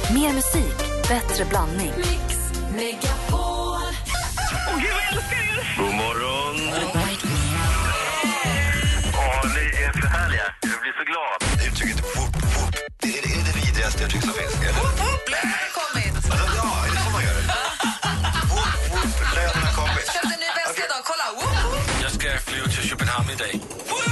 Mer musik, bättre blandning. Mix Megapol. Gud, jag älskar er! God morgon! Ni är för härliga. Jag blir så glad. Uttrycket whoop, det är det vidrigaste jag tycker som finns. Eller? Välkommen! Ja, det får man göra. Whoop, lönen har kommit. Köpte en ny väska idag, kolla! Whoop. Jag ska flyga till Köpenhamn idag.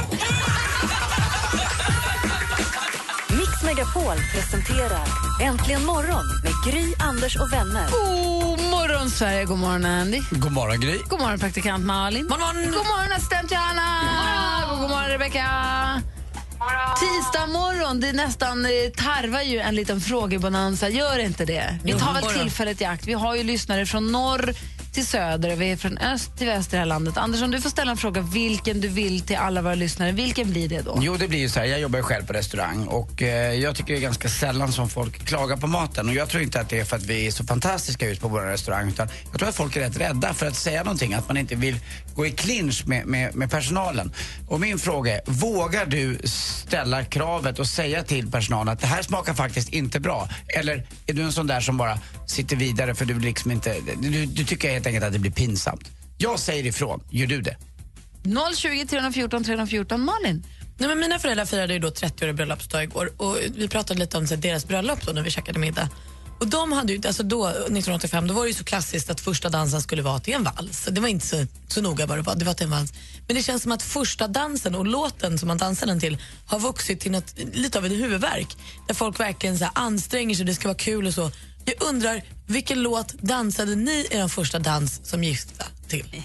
Mix Megapol presenterar Äntligen morgon med Gry, Anders och vänner. God morgon Sverige, god morgon Andy. God morgon Gry. God morgon praktikant Malin. God morgon assistent Johanna. God morgon Rebecca. Tisdag morgon, det nästan tarvar ju en liten frågebonanza, gör inte det? Vi tar väl tillfället i akt. Vi har ju lyssnare från norr till söder och vi är från öst till väster i det här landet. Anders, om du får ställa en fråga vilken du vill till alla våra lyssnare, vilken blir det då? Jo, det blir ju så här, jag jobbar ju själv på restaurang och jag tycker det är ganska sällan som folk klagar på maten och jag tror inte att det är för att vi är så fantastiska ut på vår restaurang utan jag tror att folk är rätt rädda för att säga någonting, att man inte vill gå i clinch med personalen. Och min fråga är, vågar du ställa kravet och säga till personalen att det här smakar faktiskt inte bra? Eller är du en sån där som bara sitter vidare för du liksom inte, du tycker helt enkelt att det blir pinsamt? Jag säger ifrån, gör du det? 020 314 314 Malin. Nej, men mina föräldrar firade ju då 30-årig bröllopsdag igår och vi pratade lite om så, deras bröllop då när vi käkade middag. Och de hade ju, alltså då, 1985, då var det ju så klassiskt att första dansen skulle vara till en vals. Det var inte så noga vad det var till en vals. Men det känns som att första dansen och låten som man dansar den till har vuxit till något, lite av en huvudvärk. Där folk verkligen så här, anstränger sig, det ska vara kul och så. Jag undrar, vilken låt dansade ni i den första dans som gifta till?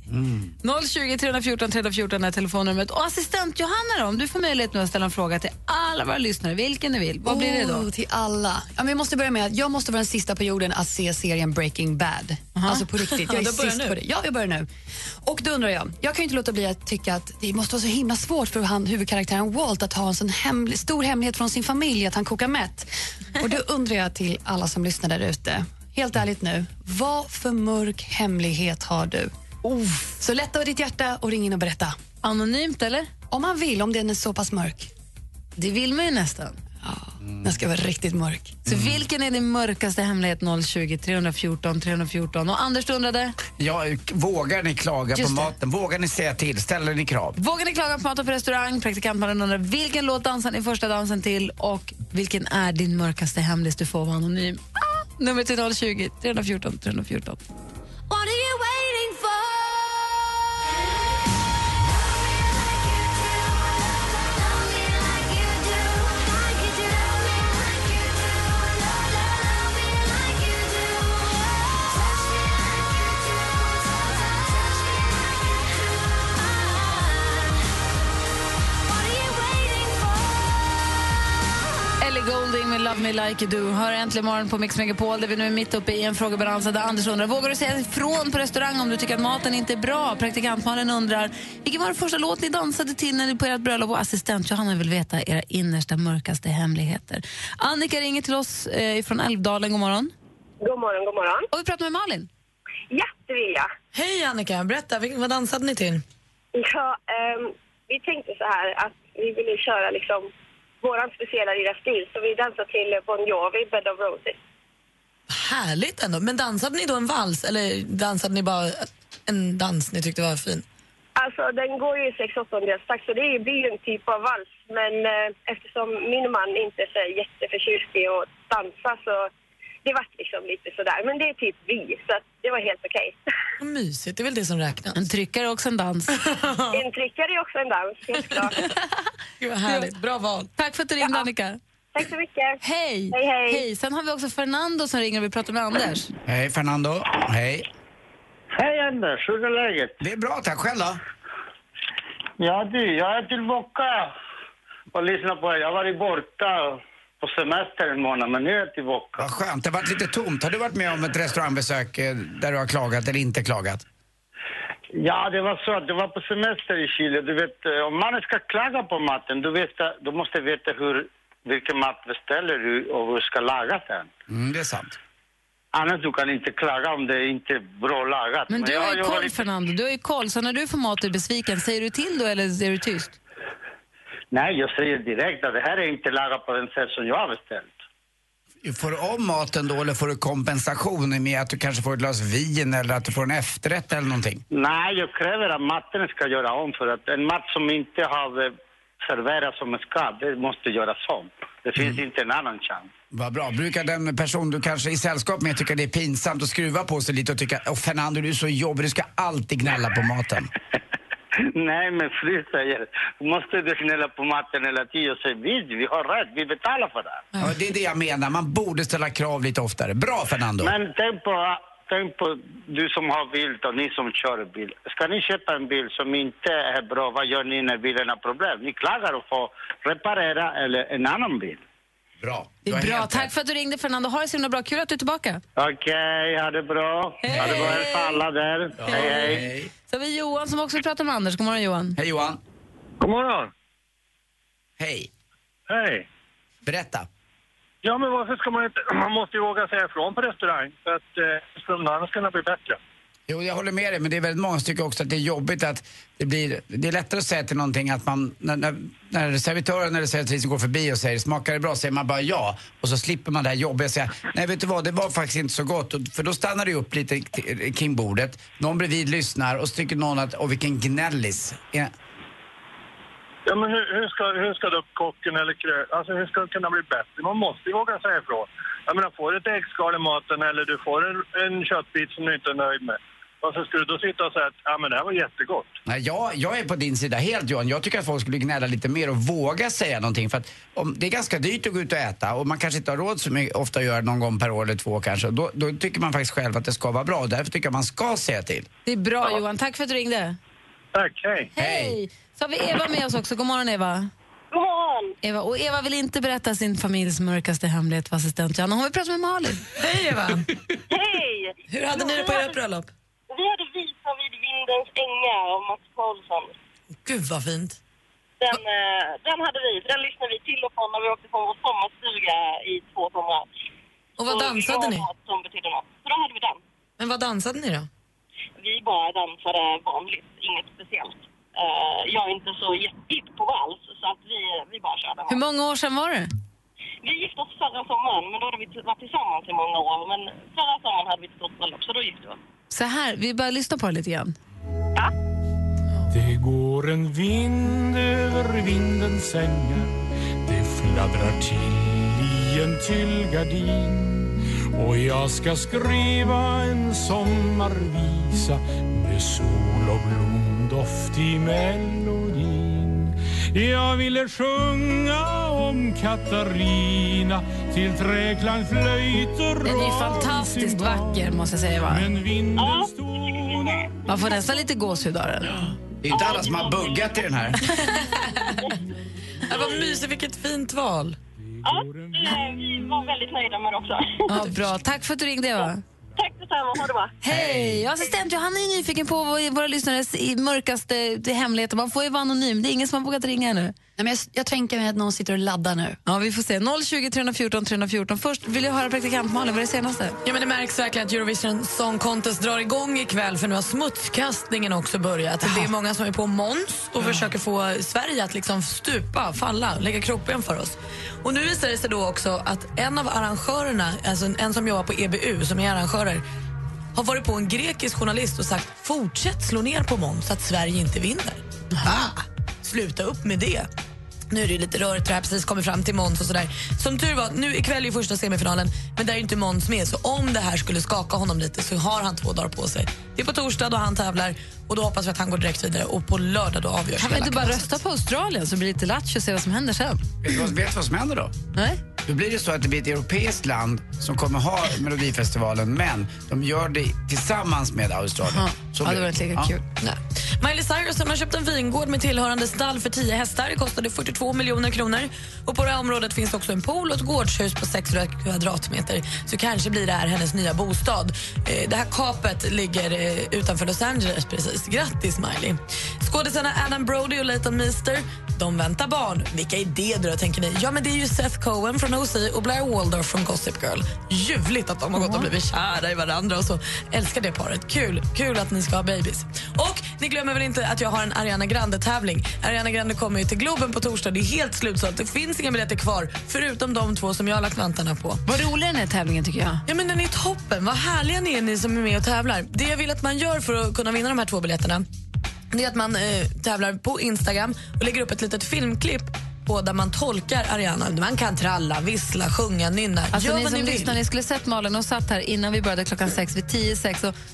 020 314 314 är telefonnumret. Och assistent Johanna då, om du får möjlighet nu att ställa en fråga till alla våra lyssnare, vilken du vill. Vad blir det då? Till alla. Ja, men jag måste börja med att jag måste vara den sista på jorden att se serien Breaking Bad. Alltså på riktigt, jag är sist på det. Ja, jag börjar nu. Och då undrar jag kan ju inte låta bli att tycka att det måste vara så himla svårt för huvudkaraktären Walt att ha en sån stor hemlighet från sin familj att han kokar mätt. Och då undrar jag till alla som lyssnar där ute, helt ärligt nu, vad för mörk hemlighet har du? Så lätta av ditt hjärta och ring in och berätta. Anonymt eller? Om man vill, om den är så pass mörk. Det vill man ju nästan. Ja, den ska vara riktigt mörk. Så vilken är din mörkaste hemlighet? 020 314 314. Och Anders, du undrade? Ja, vågar ni klaga Just på det. maten? Vågar ni säga till? Ställer ni krav? Vågar ni klaga på maten på restaurang? Praktikantmannen undrar vilken låt dansar ni första dansen till? Och vilken är din mörkaste hemlighet? Du får vara anonym. Nummer till 020 314 314. What are you waiting for? Ellie Goulding med Love Me Like You Do. Hör äntligen morgon på Mix Megapol där vi nu är mitt uppe i en frågebalans där Anders undrar, vågar du säga ifrån på restaurang om du tycker att maten inte är bra? Praktikantmannen undrar, vilken var den första låt ni dansade till när ni på ert bröllop? Och assistent Johanna vill veta era innersta, mörkaste hemligheter. Annika ringer till oss från Älvdalen, god morgon. God morgon, god morgon. Och vi pratar med Malin. Ja, det vill jag. Hej Annika, berätta, vad dansade ni till? Ja, vi tänkte så här att vi ville köra liksom våran speciella lilla stil. Så vi dansade till Bon Jovi, Bed of Roses. Härligt ändå. Men dansade ni då en vals eller dansade ni bara en dans ni tyckte var fin? Alltså den går ju i 6/8-takt så det blir ju en typ av vals. Men eftersom min man inte är så jätteförtjust i att dansa så det var liksom lite sådär. Men det är typ vi, så att det var helt okej. Vad mysigt, det är väl det som räknas. En tryckare är också en dans. En tryckare är också en dans, helt klart. Gud vad härligt, bra val. Tack för att du ringde, Annika. Tack så mycket. Hej. Hej, hej. Hej. Sen har vi också Fernando som ringer och vi pratar med Anders. Hej Fernando, hej. Hej Anders, hur är läget? Det är bra, tack. Själv då? Ja du, jag är tillbaka och lyssnar på er. Jag har varit borta på semester en månad, men nu är jag tillbaka. Vad skönt, det har varit lite tomt. Har du varit med om ett restaurangbesök där du har klagat eller inte klagat? Ja, det var så att det var på semester i Chile. Du vet, om man ska klaga på maten, du måste veta vilken mat beställer du och hur du ska laga den. Det är sant. Annars du kan inte klaga om det inte är bra lagat. Men du har ju jag var koll, lite... Fernando. Du har ju koll. Så när du får mat och är besviken, säger du till då eller är du tyst? Nej, jag säger direkt att det här är inte lagat på den sätt som jag har beställt. Får du om maten då eller får du kompensation med att du kanske får ett glas vin eller att du får en efterrätt eller någonting? Nej, jag kräver att maten ska göra om för att en mat som inte har serverats som ska, det måste göras om. Det finns inte en annan chans. Vad bra. Brukar den person du kanske är i sällskap med tycka det är pinsamt att skruva på sig lite och tycka Fernando, du är så jobbig, du ska alltid gnälla på maten? Nej, men fru säger, måste du gnälla på maten hela tiden och säga, vi har rätt, vi betalar för det. Ja, det är det jag menar, man borde ställa krav lite oftare. Bra, Fernando. Men tänk på du som har bil och ni som kör bil. Ska ni köpa en bil som inte är bra, vad gör ni när bilen har problem? Ni klagar och får reparera eller en annan bil. Bra. Det är bra. Tack för att du ringde, Fernando. Ha det så himla bra. Kul att du är tillbaka. Okej, ha det bra. Hej. Ha det bra för alla där. Ja, hej. Så har vi Johan som också pratar med Anders. God morgon, Johan. Hej, Johan. God morgon. Hej. Hej. Berätta. Ja, men varför ska man inte... Man måste ju våga säga ifrån på restaurang för att restaurangen ska bli bättre. Jo, jag håller med dig, men det är väldigt många som tycker också att det är jobbigt att det är lättare att säga till någonting att man, när servitören eller servitrisen går förbi och säger smakar det bra, säger man bara ja, och så slipper man det här jobbiga och säga nej, vet du vad, det var faktiskt inte så gott, för då stannar det upp lite kring bordet, någon bredvid lyssnar och så tycker någon att vilken gnällis. Ja, men hur ska då kocken eller alltså hur ska det kunna bli bättre? Man måste ju våga säga ifrån. Jag menar, får du ett äggskal i maten eller du får en köttbit som du inte är nöjd med, och så skulle du då sitta och säga att ja, men det här var jättegott. Nej, jag är på din sida helt, Johan. Jag tycker att folk skulle gnälla lite mer och våga säga någonting. För att det är ganska dyrt att gå ut och äta och man kanske inte har råd så mycket, ofta gör någon gång per år eller två kanske. Då tycker man faktiskt själv att det ska vara bra och därför tycker jag man ska säga till. Det är bra, Johan. Tack för att du ringde. Tack, hej. Hej. Så har vi Eva med oss också. God morgon, Eva. God morgon. Eva vill inte berätta sin familjs mörkaste hemlighet för assistent Johanna. Hon vill prata med Malin. Hej, Eva. Hej. Hur hade ni det på ert bröllop? Vi hade Visa vid vindens ängar av Mats Paulsson. Gud vad fint. Den hade vi, för den lyssnade vi till och från när vi åkte på vår sommarstuga i 2 somrar. Och vad dansade ni? Som betydde något. Så då hade vi den. Men vad dansade ni då? Vi bara dansade vanligt, inget speciellt. Jag är inte så jättegitt på vals, så att vi bara körde. Hur många år sedan var det? Vi gifte oss förra sommaren, men då hade vi varit tillsammans i många år. Men förra sommaren hade vi ett stort bröllop, så då gifte vi oss. Så här, vi bara lyssna på det lite grann. Ja. Det går en vind över vindens ängar. Det fladdrar till i en tyllgardin. Och jag ska skriva en sommarvisa med sol och blomdoft i melodin. Jag ville sjunga om Katarina till träklang, flöjter och... Den är ju fantastiskt vacker, måste jag säga, va? Men vinden Man får nästan lite gåshud av den. Det är inte alla som har buggat i den här. Ja, vad mysigt, vilket fint val. Ja, vi var väldigt nöjda med det också. Ja, bra. Tack för att du ringde, Eva. Tack detsamma, ha det bra. Hej! Assistent Johanna är nyfiken på våra lyssnares mörkaste hemligheter. Man får ju vara anonym. Det är ingen som har vågat ringa nu. Nej, men jag tänker mig att någon sitter och laddar nu. Ja, vi får se. 020 314 314. Först vill jag höra praktikant Malin, vad är det senaste? Ja, men det märks verkligen att Eurovision Song Contest drar igång ikväll, för nu har smutskastningen också börjat. Det är många som är på Måns och försöker få Sverige att liksom stupa, falla, lägga kroppen för oss. Och nu visar det sig då också att en av arrangörerna, alltså en som jobbar på EBU som är arrangörer, har varit på en grekisk journalist och sagt fortsätt slå ner på Måns så att Sverige inte vinner. Sluta upp med det. Nu är det ju lite rörigt, det här precis kommer fram till Måns och sådär. Som tur var, nu ikväll är ju första semifinalen, men där är ju inte Måns med, så om det här skulle skaka honom lite så har han 2 dagar på sig. Det är på torsdag då han tävlar och då hoppas vi att han går direkt vidare, och på lördag då avgörs. Han vill inte bara rösta på Australien så blir det lite latch och se vad som händer sen. Vet du vad som händer då? Nej. Då blir det så att det blir ett europeiskt land som kommer ha Melodifestivalen, men de gör det tillsammans med Australien. Ja, det var inte lika kul. Nej. Miley Cyrus har köpt en vingård med tillhörande stall för 10 hästar. Det kostade 42 miljoner kronor. Och på det här området finns också en pool och ett gårdshus på 600 kvadratmeter. Så kanske blir det här hennes nya bostad. Det här kapet ligger utanför Los Angeles precis. Grattis, Miley. Skådespelarna Adam Brody och Leighton Meester, de väntar barn. Vilka är det då, tänker ni? Ja, men det är ju Seth Cohen från OC och Blair Waldorf från Gossip Girl. Ljuvligt att de har gått och blivit kära i varandra och så. Älskar det paret. Kul att ni ska ha babies. Och ni glömmer glömmer väl inte att jag har en Ariana Grande-tävling. Ariana Grande kommer ju till Globen på torsdag. Det är helt slutsålt. Det finns inga biljetter kvar förutom de 2 som jag har lagt vantarna på. Vad rolig den här tävlingen tycker jag. Ja, men den är toppen. Vad härliga ni som är med och tävlar. Det jag vill att man gör för att kunna vinna de här 2 biljetterna, det är att man tävlar på Instagram och lägger upp ett litet filmklipp på där man tolkar Ariana. Man kan tralla, vissla, sjunga, nynna. Alltså ni som lyssnar, ni skulle sett Malin och satt här innan vi började klockan 6 vid 10:06 och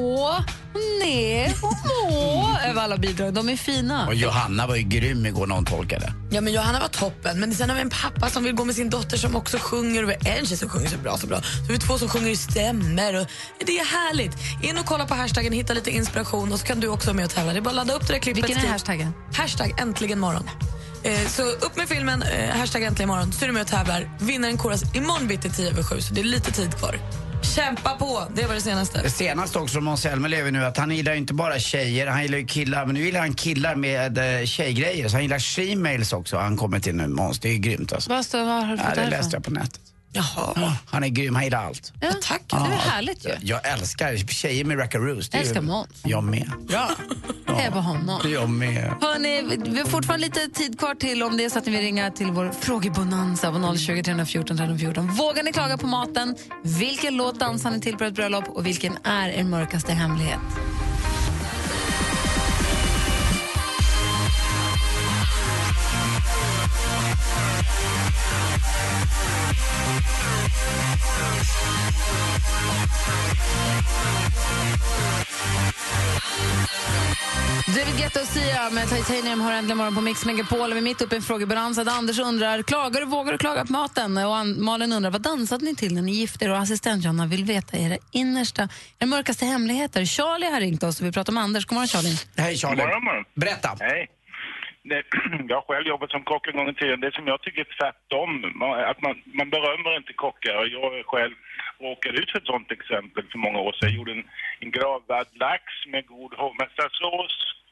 över alla bidrag. De är fina. Och Johanna var ju grym igår när hon tolkade. Ja, men Johanna var toppen. Men sen har vi en pappa som vill gå med sin dotter som också sjunger. Och vi har en tjej som sjunger så bra. Så vi har 2 som sjunger i stämmer. Och det är härligt. In och kolla på hashtaggen, hitta lite inspiration och så kan du också vara med och tävla. Det är bara att ladda upp det där klippet. Vilken är hashtaggen? Hashtag äntligen morgon. Så upp med filmen, hashtag äntligen morgon. Så är du med och tävlar. Vinner en koras imorgon bitti 10:07. Så det är lite tid kvar. Kämpa på, det var det senaste. Det senaste också, Måns Zelmerlöw lever nu att han gillar inte bara tjejer, han gillar ju killar, men nu gillar han killar med tjejgrejer, så han gillar she-mails också. Han kommer till nu, Måns, det är grymt alltså. Vad har du fått det läste jag på nätet. Jaha. Ja, han är grym, han gillar allt. Ja, tack, det är härligt ju. Jag älskar tjejer med Rackaroos. Jag älskar Måns. Jag med. Bra. Hej på honom. Jag med. Hörrni, vi har fortfarande lite tid kvar till om det är så att ni vill ringa till vår frågebonanza på 020 314 314. Vågar ni klaga på maten? Vilken låt dansar ni till på ett bröllop? Och vilken är er mörkaste hemlighet? David Guetta och Sia med Titanium har äntligen morgon på Mix Megapol. Vi är mitt uppe i en frågebalans. Anders undrar, vågar du klaga på maten? Och Malin undrar, vad dansade ni till när ni gifte er? Och assistent Johanna vill veta era mörkaste hemligheter. Charlie har ringt oss och vi pratar med Anders. God morgon, Charlie. Hej Charlie. God morgon. Berätta. Hej. Jag har själv jobbat som kock en gång i tiden. Det som jag tycker är tvärtom, att man berömmer inte kockar. Jag själv råkade ut för ett sånt exempel för många år sedan. Jag gjorde en gravad lax med god hovmästarsås,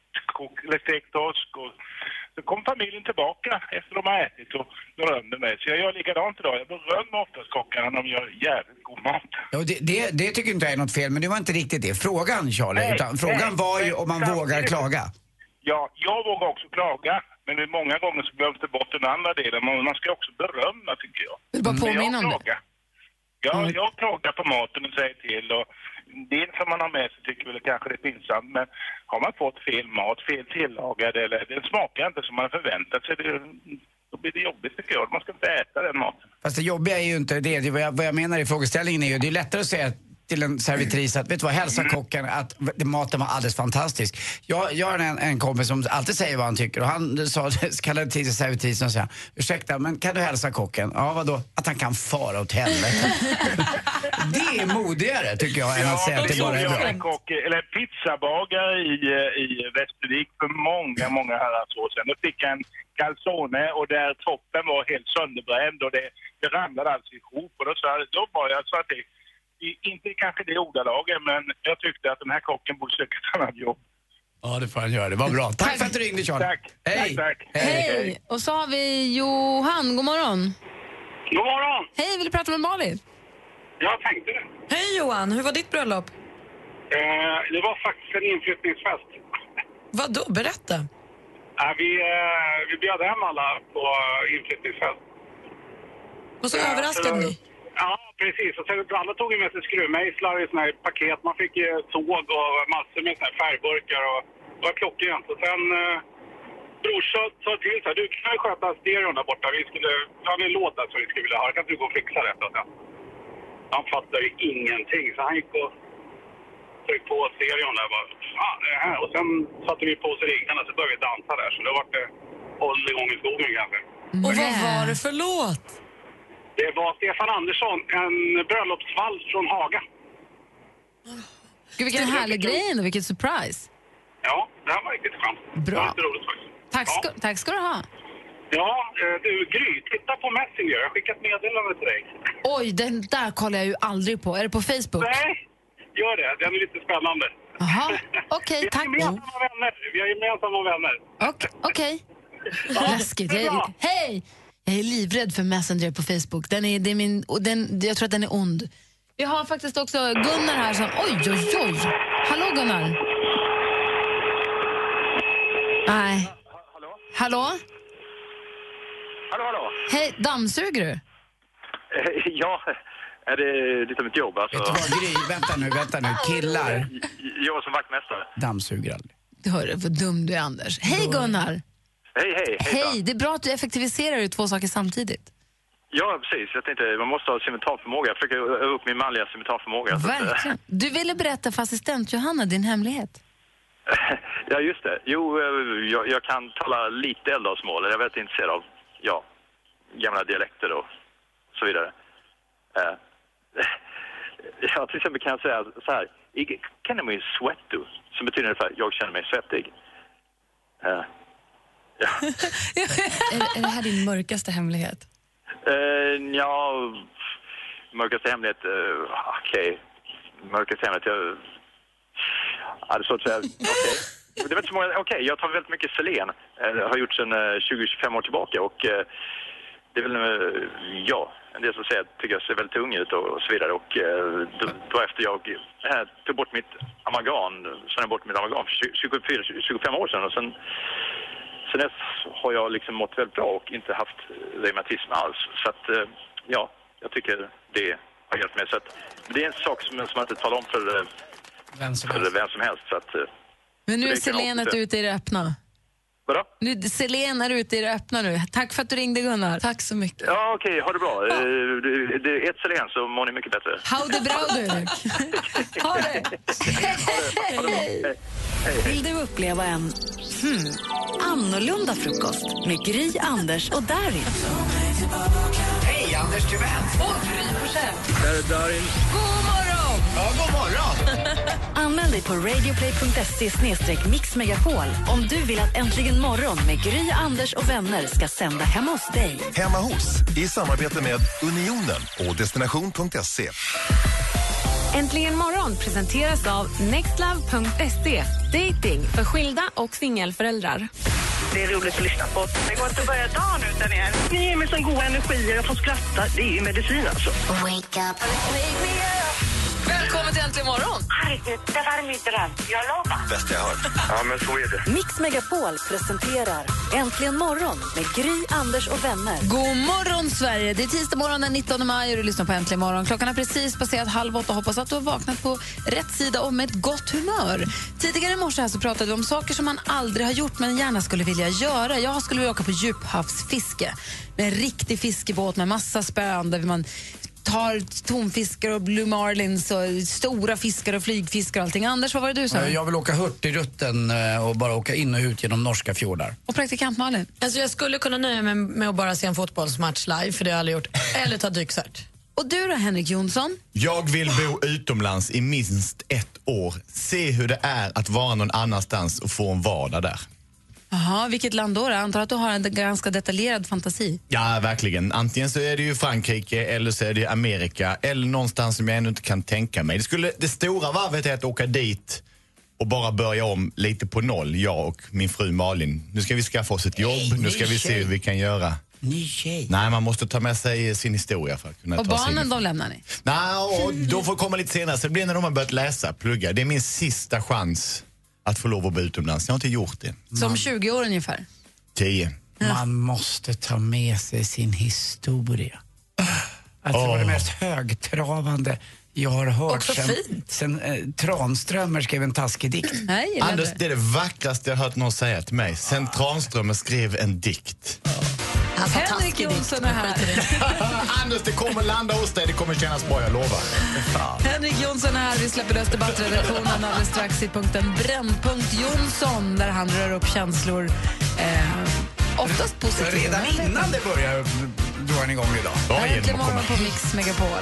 stekt torsk, och så kom familjen tillbaka efter de har ätit och berömde mig. Så jag gör likadant idag. Jag berömmer oftast kockarna när de gör jävligt god mat. Ja, det tycker inte jag är något fel, men det var inte riktigt det. Frågan, Charlie, frågan var ju om man vågar klaga. Ja, jag vågar också klaga, men det är många gånger så glöms det bort den andra delen. Man ska också berömma, tycker jag. Vill bara påminna om det? Ja, jag klagar på maten och säger till, och det som man har med sig tycker väl kanske det är pinsamt, men har man fått fel mat, fel tillagad eller den smakar inte som man förväntat sig, då blir det jobbigt tycker jag. Man ska inte äta den maten. Fast det jobbiga är ju inte det. Vad jag menar i frågeställningen är ju, det är lättare att säga till en servitris att, vet du vad, hälsa kocken att maten var alldeles fantastisk. Jag har en kompis som alltid säger vad han tycker, och han kallade till servitrisen och sa, ursäkta, men kan du hälsa kocken? Ja, vadå? Att han kan fara åt helvete. Det är modigare tycker jag än att säga att det bara är bra. Eller pizzabagare i Västervik för många herrans år sedan. Då fick jag en calzone och där toppen var helt sönderbränd och det ramlade alltså ihop, och då var jag så att det inte kanske det ordalagen, men jag tyckte att den här kocken borde söka ett annat jobb. Ja, det får han göra. Det var bra. Tack för att du ringde, Charlie. Tack. Hej. Tack. Hej. Och så har vi Johan. God morgon. God morgon. Hej, vill du prata med Malin? Jag tänkte det. Hej Johan, hur var ditt bröllop? Det var faktiskt en inflyttningsfest. Vadå? Berätta. Vi bjöd hem alla på inflyttningsfest. Och så överraskade ni? Ja, precis. Och sen alla tog med sig skruvmejslar i såna här paket. Man fick tåg och massor med såna här färgburkar, och det var klockrent. Och sen brorsan sa till så här, du kan sköta stereon där borta. Vi hade en låt där som vi skulle vilja ha. Kan du gå och fixa det? Han fattade ju ingenting, så han gick och tryckte på stereon där. Bara, det här. Och sen satte vi på oss riggarna, så började vi dansa där. Så det var det håll igång i skogen kanske. Och vad var det för låt? Det var Stefan Andersson, en bröllopsvals från Haga. Gud, vilken härlig grej ändå, vilket surprise. Ja, det här var riktigt skönt. Bra. Det var roligt faktiskt. Tack ska du ha. Ja, du Gry, titta på Messenger. Jag har skickat meddelande till dig. Oj, den där kollar jag ju aldrig på. Är det på Facebook? Nej, gör det. Den är lite spännande. Jaha, okej, tack. Vi har gemensamma vänner. Okej. Läskigt. Hej! Jag är livrädd för Messenger på Facebook. Jag tror att den är ond. Vi har faktiskt också Gunnar här som... Oj. Hallå Gunnar. Nej. Hallå? Hallå? Hej, dammsuger du? Ja, är det lite av mitt jobb alltså? Vet du vad, Gry? Vänta nu. Killar. Jag som vaktmästare. Dammsuger aldrig. Hörru, vad dum du är, Anders. Hej, Gunnar. Hej. Hej, det är bra att du effektiviserar ju 2 saker samtidigt. Ja, precis. Jag tänkte, man måste ha simultanförmåga. Jag försöker öva upp min manliga simultanförmåga. Verkligen. Du ville berätta för assistent Johanna din hemlighet. Ja, just det. Jo, jag kan tala lite älvdalsmål. Jag är väldigt intresserad av, gamla dialekter och så vidare. Ja, till exempel kan jag säga så här. Jag känner mig svettig, som betyder ungefär jag känner mig svettig. Ja. Är det här din mörkaste hemlighet? Ja, mörkaste hemlighet, okej. Mörkaste hemlighet, ja, det är så att säga, okej. Det är inte så många, jag tar väldigt mycket selen. Har gjort sedan 20-25 år tillbaka och det är väl, en del som säger att tycker jag ser väldigt ung ut och så vidare. Och då efter jag tog bort mitt amalgam, för 25 år sedan och sen dess har jag liksom mått väldigt bra och inte haft reumatism alls. Så att, jag tycker det har hjälpt mig. Så att, det är en sak som man inte talar om för vem som helst. Så att, men nu är Selenet ute i det öppna. Vadå? Selen är ute i det öppna nu. Tack för att du ringde, Gunnar. Tack så mycket. Ja, okej, ha det bra. Det är ett Selen så mår ni mycket bättre. Ha det bra, du. Ha det. Hej. Vill du uppleva en annorlunda frukost med Gry, Anders och Darin? Hej, Anders Timell. Och Gry Forssell. Där är Darin. God morgon! Ja, god morgon! Anmäl dig på radioplay.se/mixmegapol om du vill att Äntligen morgon med Gry, Anders och vänner ska sända hemma hos dig. Hemma hos, i samarbete med Unionen och Destination.se. Äntligen morgon presenteras av nextlove.se. Dating för skilda och singelföräldrar. Det är roligt att lyssna på. Det går inte att börja dagen utan er. Ni ger mig sån god energi och jag får skratta. Det är ju medicin alltså. Wake up. Välkommen till Äntligen morgon. Herregud, det var min dröm. Jag lovar. Bäst jag hört. Ja, men så är det. Mix Megapol presenterar Äntligen morgon med Gry, Anders och vänner. God morgon, Sverige. Det är tisdag morgon den 19 maj och du lyssnar på Äntligen morgon. Klockan har precis passerat 7:30. Hoppas att du har vaknat på rätt sida och med ett gott humör. Tidigare i morse här så pratade vi om saker som man aldrig har gjort men gärna skulle vilja göra. Jag skulle vilja åka på djuphavsfiske med en riktig fiskebåt med massa spön där man tar tonfiskar och blue marlins och stora fiskar och flygfiskar och allting. Anders, vad var det du sa? Jag vill åka Hurtigruten och bara åka in och ut genom norska fjordar. Och praktikant Malin? Alltså jag skulle kunna nöja mig med att bara se en fotbollsmatch live, för det har jag aldrig gjort. Eller ta dykcert. Och du då, Henrik Jonsson? Jag vill bo utomlands i minst 1 år. Se hur det är att vara någon annanstans och få en vardag där. Jaha, vilket land då? Jag antar att du har en ganska detaljerad fantasi. Ja, verkligen. Antingen så är det ju Frankrike eller så är det Amerika eller någonstans som jag ännu inte kan tänka mig. Det stora varvet är att åka dit och bara börja om lite på noll, jag och min fru Malin. Nu ska vi skaffa oss ett jobb, nu ska vi se hur vi kan göra. Ny tjej. Nej, man måste ta med sig sin historia för att kunna och ta sig. Och barnen, de lämnar ni? Nej, och de får komma lite senare. Så det blir när de har börjat läsa, plugga. Det är min sista chans att få lov att bo utomlands. Jag har inte gjort det. Som 20 år ungefär? 10. Man måste ta med sig sin historia. Alltså det var det mest högtravande jag har hört sen Tranströmer skrev en taskig dikt. Nej, Anders, det är det vackraste jag har hört någon säga till mig. Sen Tranströmer skrev en dikt. Henrik Jonsson är här. Anders, det kommer landa hos dig. Det kommer kännas bra, jag lovar. Henrik Jonsson är här. Vi släpper lös debattredaktionen alldeles strax i punkten Brännpunkt Jonsson, där han rör upp känslor. Oftast positiva. Redan innan det börjar drar han igång idag. Äntligen morgon på Mix Megapol.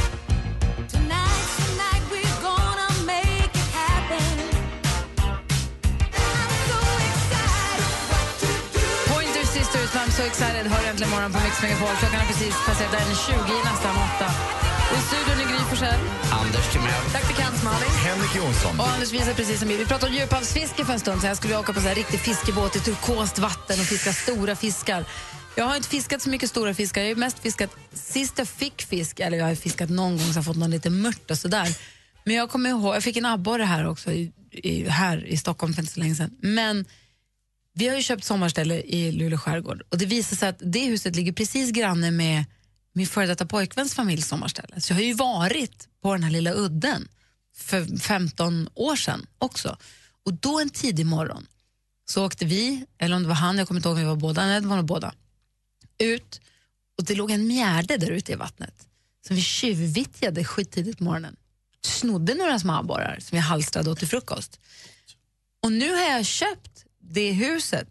I'm so excited. Hör äntligen morgon på Mix Megapol. Klockan har precis passerat 20 nästan 8. Och i studion är Gry Forssell. Anders Timell. Praktikant Malin. Henrik Jonsson. Och Anders visar precis som vi pratade om djuphavsfiske för en stund. Så jag skulle åka på så här riktig fiskebåt i turkost vatten och fiska stora fiskar. Jag har inte fiskat så mycket stora fiskar. Jag har mest fiskat, sist jag fick fisk, eller jag har fiskat någon gång så jag fått någon lite mört och sådär. Men jag kommer ihåg, jag fick en abborre här också här i Stockholm för inte så länge sedan. Men Vi har ju köpt sommarställe i Luleå skärgård och det visar sig att det huset ligger precis granne med min före detta pojkväns familjs sommarställe. Så jag har ju varit på den här lilla udden för 15 år sedan också. Och då en tidig morgon så åkte vi, eller om det var han, jag kommer inte ihåg om vi var båda, nej det var nog båda, ut och det låg en mjärde där ute i vattnet som vi tjuvvittjade skittidigt på morgonen. Snodde några småborrar som vi halstrade åt till frukost. Och nu har jag köpt det huset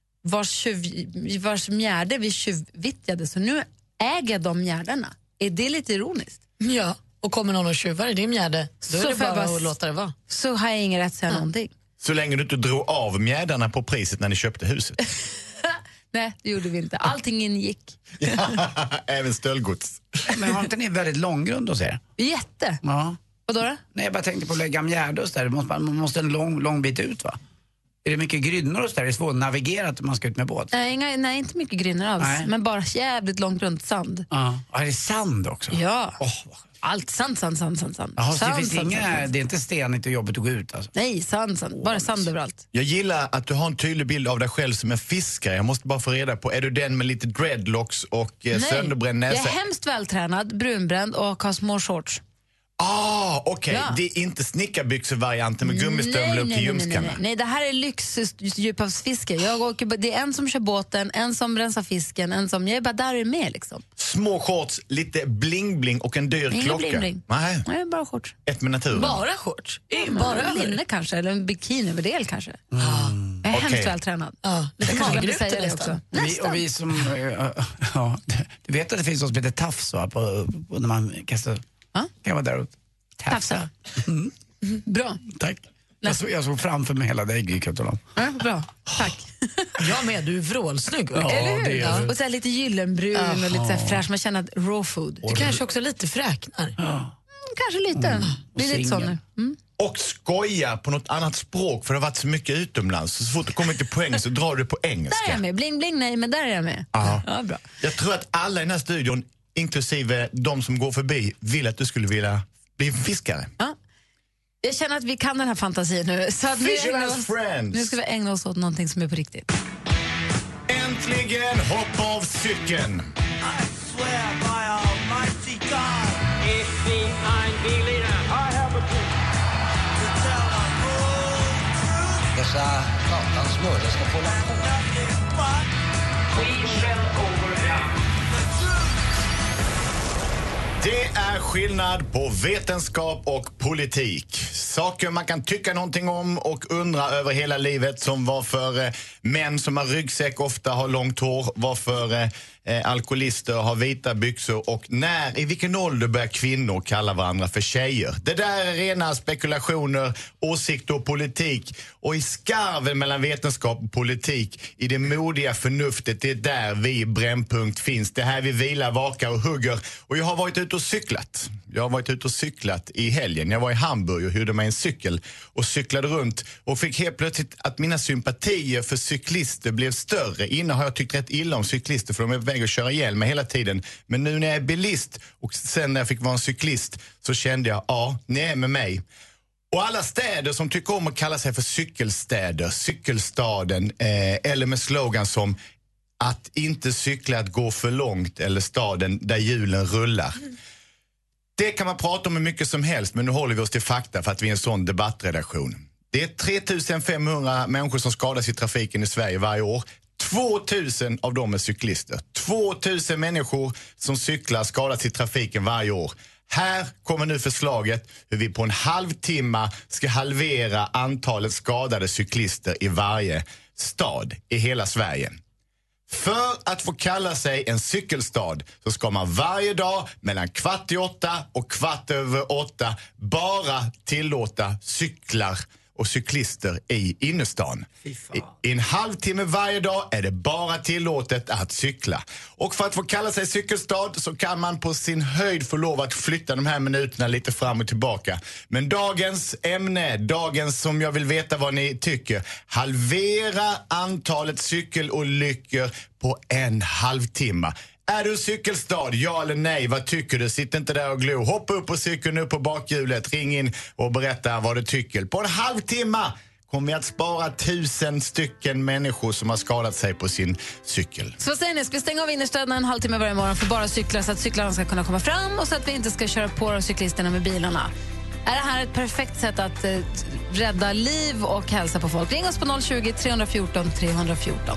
vars mjärde vi tjuvvittjade, så nu äger de mjärdarna. Är det lite ironiskt? Ja, och kommer någon och tjuvar i din mjärde så är det bara att låta det vara. Så har jag ingen rätt att säga någonting. Så länge du inte drog av mjärdarna på priset när ni köpte huset. Nej, det gjorde vi inte. Allting ingick. Även stöldgods. Men har inte ni väldigt lång grund hos er? Jätte. Ja. Vadå då? Nej, jag bara tänkte på att lägga mjärdus där. Man måste en lång bit ut, va? Är det mycket grynnor hos där? Är det svårt att navigera om man ska ut med båt? Nej, inte mycket grynnor alls. Nej. Men bara jävligt långt runt sand. Ja, är det sand också? Ja. Allt sand. Jaha, så det finns inga, det är inte stenigt och jobbigt att gå ut alltså? Nej, sand. Bara sand överallt. Jag gillar att du har en tydlig bild av dig själv som en fiskare. Jag måste bara få reda på, är du den med lite dreadlocks och sönderbränd näsa? Jag är hemskt vältränad, brunbränd och har små shorts. Okej. Ja. Det är inte snickarbyxor-varianten med gummistövlar upp till ljumskarna. Nej, det här är lyxdjuphavsfiske. Det är en som kör båten, en som rensar fisken, en som... Jag är bara där med liksom. Små shorts, lite bling-bling och en dyr klocka. Bling. Nej, bara shorts. Ett med naturen. Bara shorts? Bara linne kanske, eller en bikiniöverdel kanske. Jag är hemskt vältränad. Lite magrutt det också. Och vi som... du vet att det finns något som heter tafs, va? På när man kastar... Kan vara där och tafsa. Bra. Tack. Jag såg framför mig hela dig, Grykatalon. Bra, tack. Jag med, du är vrålsnygg. Eller hur? Ja. Och så här lite gyllenbrun och lite så här fräsch. Man känner att raw food. Du kanske också lite fräknar. Kanske lite. Det är lite så nu. Och skoja på något annat språk, för det har varit så mycket utomlands. Så fort du kommer till poäng så drar du på engelska. Där är jag med. Bling, nej, men där är jag med. Ja, bra. Jag tror att alla i den här studion, inklusive de som går förbi, vill att du skulle vilja bli fiskare. Ja. Jag känner att vi kan den här fantasin nu. Så att nu ska vi ägna oss åt någonting som är på riktigt. Äntligen hopp av cykeln. Dessa gatans mördare ska få hålla på. Det är skillnad på vetenskap och politik. Saker man kan tycka någonting om och undra över hela livet, som varför män som har ryggsäck ofta har långt hår, varför alkoholister har vita byxor och i vilken ålder börjar kvinnor kalla varandra för tjejer. Det där är rena spekulationer, åsikter och politik. Och i skarven mellan vetenskap och politik, i det modiga förnuftet, det är där vi i Brännpunkt finns. Det här vi vilar, vakar och hugger. Och jag har varit ute och cyklat. Jag har varit ute och cyklat i helgen. Jag var i Hamburg och hyrde mig en cykel och cyklade runt och fick helt plötsligt att mina sympatier för cyklister blev större. Innan har jag tyckt rätt illa om cyklister för de är på väg att köra ihjäl mig hela tiden. Men nu när jag är bilist och sen när jag fick vara en cyklist så kände jag, ni är med mig. Och alla städer som tycker om att kalla sig för cykelstäder, cykelstaden eller med slogan som att inte cykla, att gå för långt, eller staden där hjulen rullar. Det kan man prata om hur mycket som helst, men nu håller vi oss till fakta för att vi är en sån debattredaktion. Det är 3500 människor som skadas i trafiken i Sverige varje år. 2000 av dem är cyklister. 2000 människor som cyklar skadas i trafiken varje år. Här kommer nu förslaget hur vi på en halvtimme ska halvera antalet skadade cyklister i varje stad i hela Sverige. För att få kalla sig en cykelstad så ska man varje dag mellan 7:15 och 7:15 bara tillåta cyklar och cyklister i innerstan. I en halvtimme varje dag är det bara tillåtet att cykla. Och för att få kalla sig cykelstad så kan man på sin höjd få lov att flytta de här minuterna lite fram och tillbaka. Men dagens ämne, dagens som jag vill veta vad ni tycker, halvera antalet cykelolyckor på en halvtimme. Är du cykelstad? Ja eller nej? Vad tycker du? Sitt inte där och glo. Hoppa upp på cykeln, upp på bakhjulet. Ring in och berätta vad du tycker. På en halvtimme kommer vi att spara 1000 stycken människor som har skadat sig på sin cykel. Så vad säger ni? Ska vi stänga av innerstäderna en halvtimme varje morgon för bara cyklar så att cyklarna ska kunna komma fram och så att vi inte ska köra på cyklisterna med bilarna? Är det här ett perfekt sätt att rädda liv och hälsa på folk? Ring oss på 020 314 314.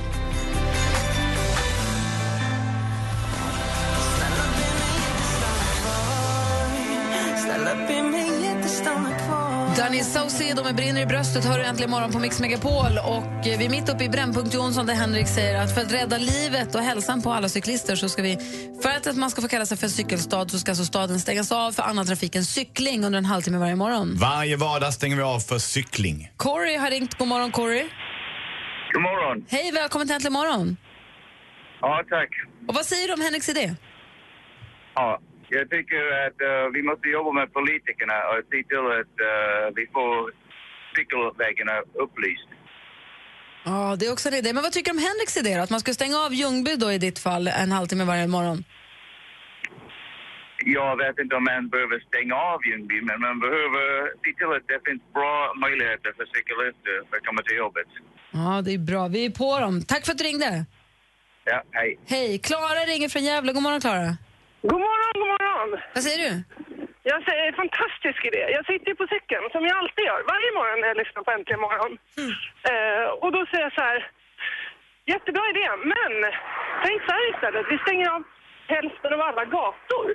Danny Saucedo med Brinner i bröstet hör du äntligen morgon på Mix Megapol. Och vi är mitt uppe i Brännpunkt Jonsson där Henrik säger att för att rädda livet och hälsan på alla cyklister så ska vi, för att man ska få kalla sig för en cykelstad så ska alltså staden stängas av för annan trafik än cykling under en halvtimme varje morgon. Varje vardag stänger vi av för cykling. Corey har ringt. God morgon, Corey. God morgon. Hej, välkommen till Äntligen morgon. Ja, tack. Och vad säger du om Henriks idé? Ja, jag tycker att vi måste jobba med politikerna och se till att vi får cykelvägarna upplyst. Ja, det är också en idé. Men vad tycker du om Henriks idé då? Att man ska stänga av Ljungby då i ditt fall en halvtimme varje morgon? Jag vet inte om man behöver stänga av Ljungby, men man behöver se till att det finns bra möjligheter för cyklister att komma till jobbet. Ja, det är bra. Vi är på dem. Tack för att du ringde. Ja, hej. Hej, Klara ringer från Gävle. God morgon, Klara. God morgon, god morgon. Vad säger du? Jag säger fantastisk idé. Jag sitter ju på cykeln, som jag alltid gör. Varje morgon när jag lyssnar på Äntligen morgon. Och då säger jag så här, jättebra idé, men tänk så här istället. Vi stänger av hälften av alla gator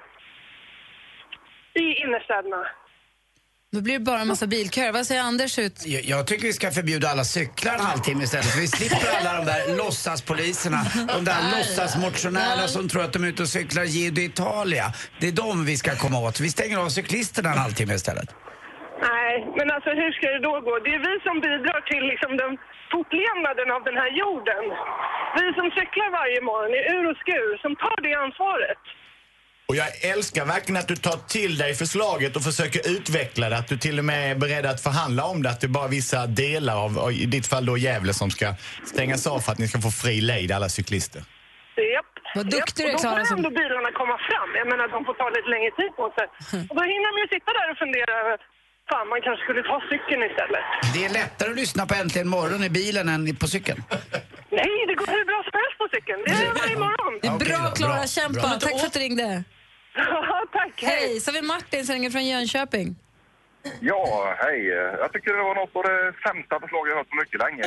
i innerstäderna. Då blir det bara en massa bilköer. Vad säger Anders ut? Jag tycker vi ska förbjuda alla cyklar en halvtimme istället. Så vi slipper alla de där låtsaspoliserna. De där låtsasmotionärerna som tror att de är ute och cyklar Giro d'Italia. Det är de vi ska komma åt. Vi stänger av cyklisterna en halvtimme istället. Nej, men alltså hur ska det då gå? Det är vi som bidrar till liksom den fortlevnaden av den här jorden. Vi som cyklar varje morgon i ur och skur som tar det ansvaret. Och jag älskar verkligen att du tar till dig förslaget och försöker utveckla det. Att du till och med är beredd att förhandla om det. Att det är bara vissa delar av, i ditt fall då Gävle, som ska stängas av för att ni ska få fri lejd, alla cyklister. Japp. Vad duktig du är, Klara. Klara. Då får ändå bilarna komma fram. Jag menar, de får ta lite längre tid på sig. Och då hinner de ju sitta där och fundera över, fan, man kanske skulle ta cykeln istället. Det är lättare att lyssna på Äntligen morgon i bilen än på cykeln. Nej, det går hur bra som helst på cykeln. Det är varje morgon. Det är bra, Klara. Kämpa. Bra. Tack för att du ringde. Ja, tack. Hej, så har vi Martin som ringer från Jönköping. Ja, hej. Jag tycker det var något av det sämsta förslag jag hört på mycket länge.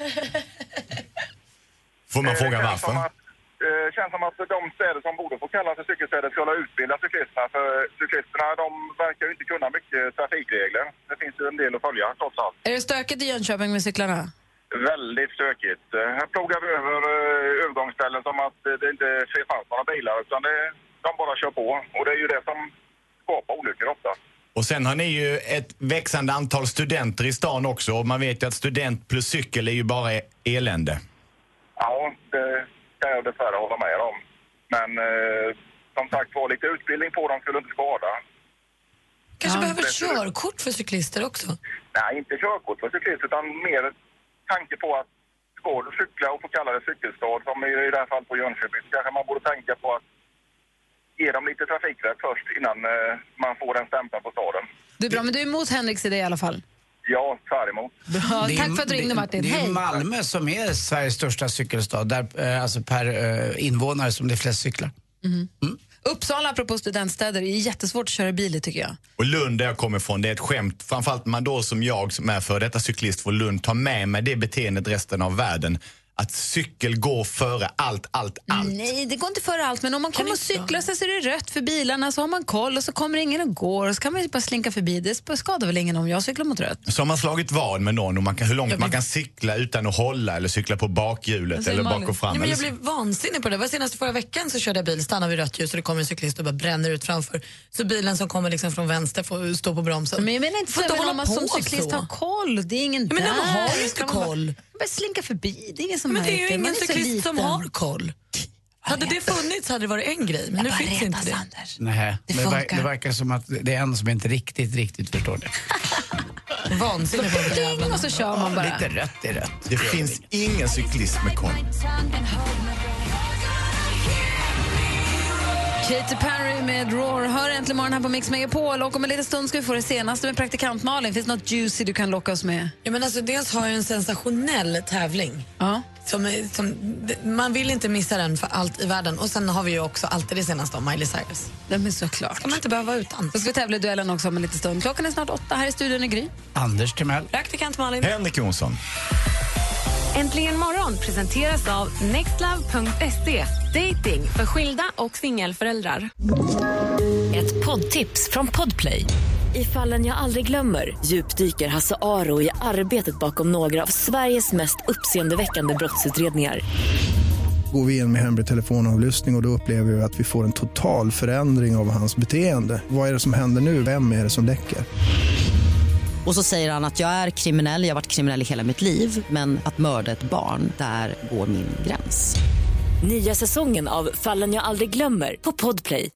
Får man fråga varför? Det känns som att de städer som borde få kalla sig cykelstäder skulle utbilda cyklisterna. För cyklisterna, de verkar ju inte kunna mycket trafikregler. Det finns ju en del att följa, trots allt. Är det stökigt i Jönköping med cyklarna? Väldigt stökigt. Här plogar vi över övergångsställen som att det inte fanns några bilar, utan de bara kör på. Och det är ju det som skapar olyckor ofta. Och sen har ni ju ett växande antal studenter i stan också. Och man vet ju att student plus cykel är ju bara elände. Ja, det kan jag dessvärre hålla med om. Men som sagt var, lite utbildning på dem skulle inte skada. Kanske behöver körkort för cyklister också? Nej, inte körkort för cyklister, utan mer tanke på att ska du cykla och få kalla det cykelstad, som i det här fallet på Jönköping, kanske man borde tänka på att ge dem lite trafikrätt först innan man får den stämpeln på staden. Det är bra, men du är emot Henriks idé i alla fall. Ja, tvär emot. Bra, tack för att du ringde, Martin. Det är Hej. Malmö som är Sveriges största cykelstad, där, alltså per invånare som det är flest cyklar. Uppsala, apropå studentstäder, är jättesvårt att köra bil, tycker jag. Och Lund, där jag kommer ifrån, det är ett skämt. Framförallt man då som jag, som är för detta cyklist från Lund, tar med mig det beteendet resten av världen. Att cykel går före allt. Nej, det går inte före allt, men om man kommer och cyklar så är det rött för bilarna, så har man koll och så kommer ingen och går och så kan man ju bara slinka förbi. Det skadar väl ingen om jag cyklar mot rött. Så har man slagit vad med någon och hur långt man kan cykla utan att hålla eller cykla på bakhjulet eller bak och fram. Nej, men jag blev vansinnig på det. Senast förra veckan så körde jag bil, stannade vid rött ljus och det kommer en cyklist och bara bränner ut framför. Så bilen som kommer liksom från vänster får stå på bromsen. Men jag menar inte så att man som cyklist har koll. Det är ingen där. Men man har ju inte koll. Bara slinka förbi, det är ingen som men märker. Det är ju ingen cyklist som har koll. Hade det funnits hade det varit en grej, men nu finns inte det. Nej, det verkar som att det är en som inte riktigt förstår det. Vansinnigt på det jävla. Och så kör man bara. Lite rött är rött. Det finns ingen cyklist med koll. Katy Perry med Roar. Hör äntligen morgon här på Mix Megapol. Och om en liten stund ska vi få det senaste med praktikant Malin. Finns det något juicy du kan locka oss med? Ja, men alltså, dels har jag en sensationell tävling. Ja. Som, man vill inte missa den för allt i världen. Och sen har vi ju också alltid det senaste om Miley Cyrus. Den är såklart. Ska man inte behöva utan. Så ska vi tävla i duellen också om en liten stund. Klockan är snart 8. Här i studion i Gry. Anders Timell. Praktikant Malin. Henrik Jonsson. Äntligen morgon presenteras av nextlove.se. Dating för skilda och singelföräldrar. Ett poddtips från Podplay. I Fallen jag aldrig glömmer djupdyker Hasse Aro i arbetet bakom några av Sveriges mest uppseendeväckande brottsutredningar. Går vi in med hemlig telefonavlyssning och då upplever vi att vi får en total förändring av hans beteende. Vad är det som händer nu? Vem är det som läcker? Och så säger han att jag är kriminell, jag har varit kriminell i hela mitt liv. Men att mörda ett barn, där går min gräns. Nya säsongen av Fallen jag aldrig glömmer på Podplay.